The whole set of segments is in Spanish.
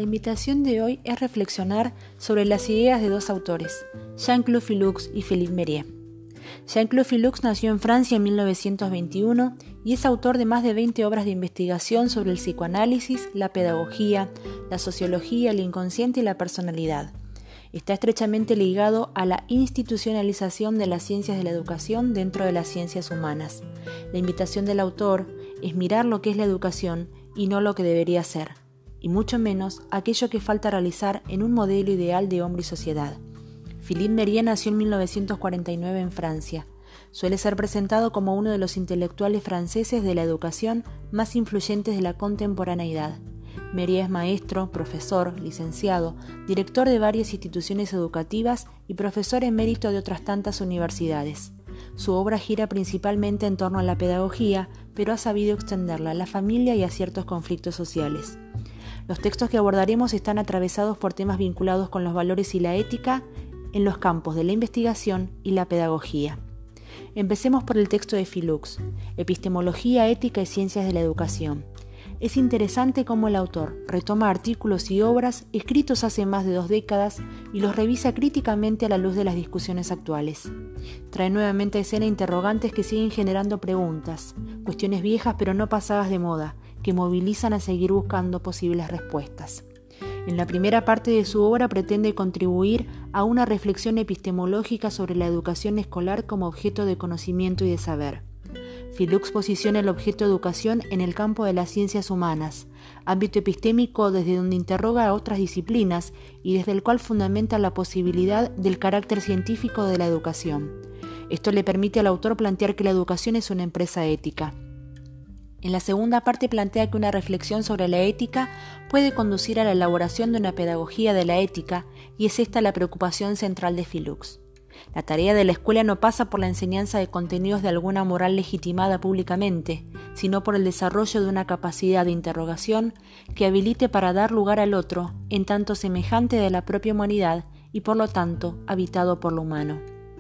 La invitación de hoy es reflexionar sobre las ideas de dos autores, Jean-Claude Filloux y Philippe Mériez. Jean-Claude Filloux nació en Francia en 1921 y es autor de más de 20 obras de investigación sobre el psicoanálisis, la pedagogía, la sociología, el inconsciente y la personalidad. Está estrechamente ligado a la institucionalización de las ciencias de la educación dentro de las ciencias humanas. La invitación del autor es mirar lo que es la educación y no lo que debería ser, y mucho menos aquello que falta realizar en un modelo ideal de hombre y sociedad. Philippe Mériez nació en 1949 en Francia. Suele ser presentado como uno de los intelectuales franceses de la educación más influyentes de la contemporaneidad. Mériez es maestro, profesor, licenciado, director de varias instituciones educativas y profesor emérito de otras tantas universidades. Su obra gira principalmente en torno a la pedagogía, pero ha sabido extenderla a la familia y a ciertos conflictos sociales. Los textos que abordaremos están atravesados por temas vinculados con los valores y la ética en los campos de la investigación y la pedagogía. Empecemos por el texto de Filloux, Epistemología, Ética y Ciencias de la Educación. Es interesante cómo el autor retoma artículos y obras escritos hace más de 2 décadas y los revisa críticamente a la luz de las discusiones actuales. Trae nuevamente a escena interrogantes que siguen generando preguntas, cuestiones viejas pero no pasadas de moda, que movilizan a seguir buscando posibles respuestas. En la primera parte de su obra pretende contribuir a una reflexión epistemológica sobre la educación escolar como objeto de conocimiento y de saber. Filloux posiciona el objeto educación en el campo de las ciencias humanas, ámbito epistémico desde donde interroga a otras disciplinas y desde el cual fundamenta la posibilidad del carácter científico de la educación. Esto le permite al autor plantear que la educación es una empresa ética. En la segunda parte plantea que una reflexión sobre la ética puede conducir a la elaboración de una pedagogía de la ética, y es esta la preocupación central de Filloux. La tarea de la escuela no pasa por la enseñanza de contenidos de alguna moral legitimada públicamente, sino por el desarrollo de una capacidad de interrogación que habilite para dar lugar al otro, en tanto semejante de la propia humanidad y por lo tanto habitado por lo humano.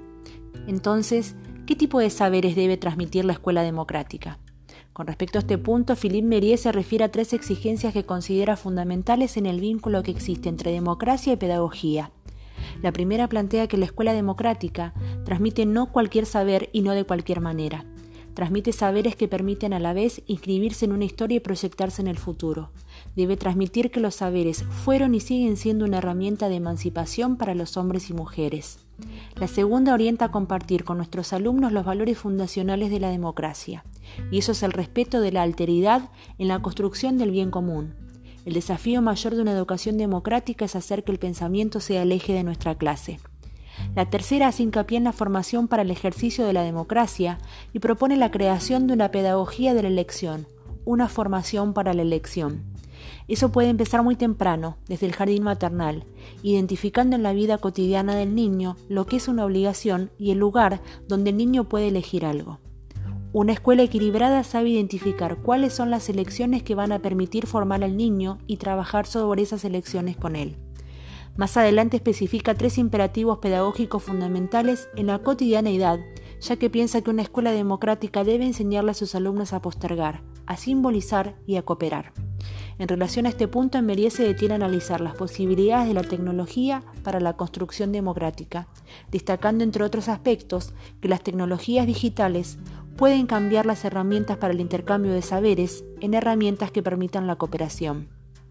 Entonces, ¿qué tipo de saberes debe transmitir la escuela democrática? Con respecto a este punto, Philippe Mériez se refiere a 3 exigencias que considera fundamentales en el vínculo que existe entre democracia y pedagogía. La primera plantea que la escuela democrática transmite no cualquier saber y no de cualquier manera. Transmite saberes que permiten a la vez inscribirse en una historia y proyectarse en el futuro. Debe transmitir que los saberes fueron y siguen siendo una herramienta de emancipación para los hombres y mujeres. La segunda orienta a compartir con nuestros alumnos los valores fundacionales de la democracia, y eso es el respeto de la alteridad en la construcción del bien común. El desafío mayor de una educación democrática es hacer que el pensamiento sea el eje de nuestra clase. La tercera hace hincapié en la formación para el ejercicio de la democracia y propone la creación de una pedagogía de la elección, una formación para la elección. Eso puede empezar muy temprano, desde el jardín maternal, identificando en la vida cotidiana del niño lo que es una obligación y el lugar donde el niño puede elegir algo. Una escuela equilibrada sabe identificar cuáles son las elecciones que van a permitir formar al niño y trabajar sobre esas elecciones con él. Más adelante especifica 3 imperativos pedagógicos fundamentales en la cotidianeidad, ya que piensa que una escuela democrática debe enseñarle a sus alumnos a postergar, a simbolizar y a cooperar. En relación a este punto, Mériez se detiene a analizar las posibilidades de la tecnología para la construcción democrática, destacando entre otros aspectos que las tecnologías digitales pueden cambiar las herramientas para el intercambio de saberes en herramientas que permitan la cooperación.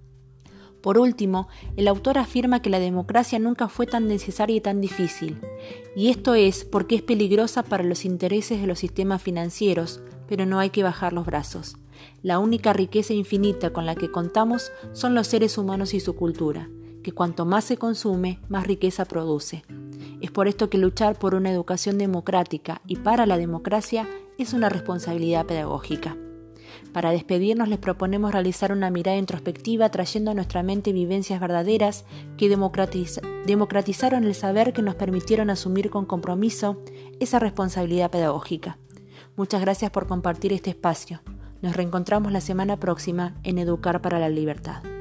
Por último, el autor afirma que la democracia nunca fue tan necesaria y tan difícil, y esto es porque es peligrosa para los intereses de los sistemas financieros, pero no hay que bajar los brazos. La única riqueza infinita con la que contamos son los seres humanos y su cultura, que cuanto más se consume, más riqueza produce. Es por esto que luchar por una educación democrática y para la democracia es una responsabilidad pedagógica. Para despedirnos les proponemos realizar una mirada introspectiva trayendo a nuestra mente vivencias verdaderas que democratizaron el saber que nos permitieron asumir con compromiso esa responsabilidad pedagógica. Muchas gracias por compartir este espacio. Nos reencontramos la semana próxima en Educar para la Libertad.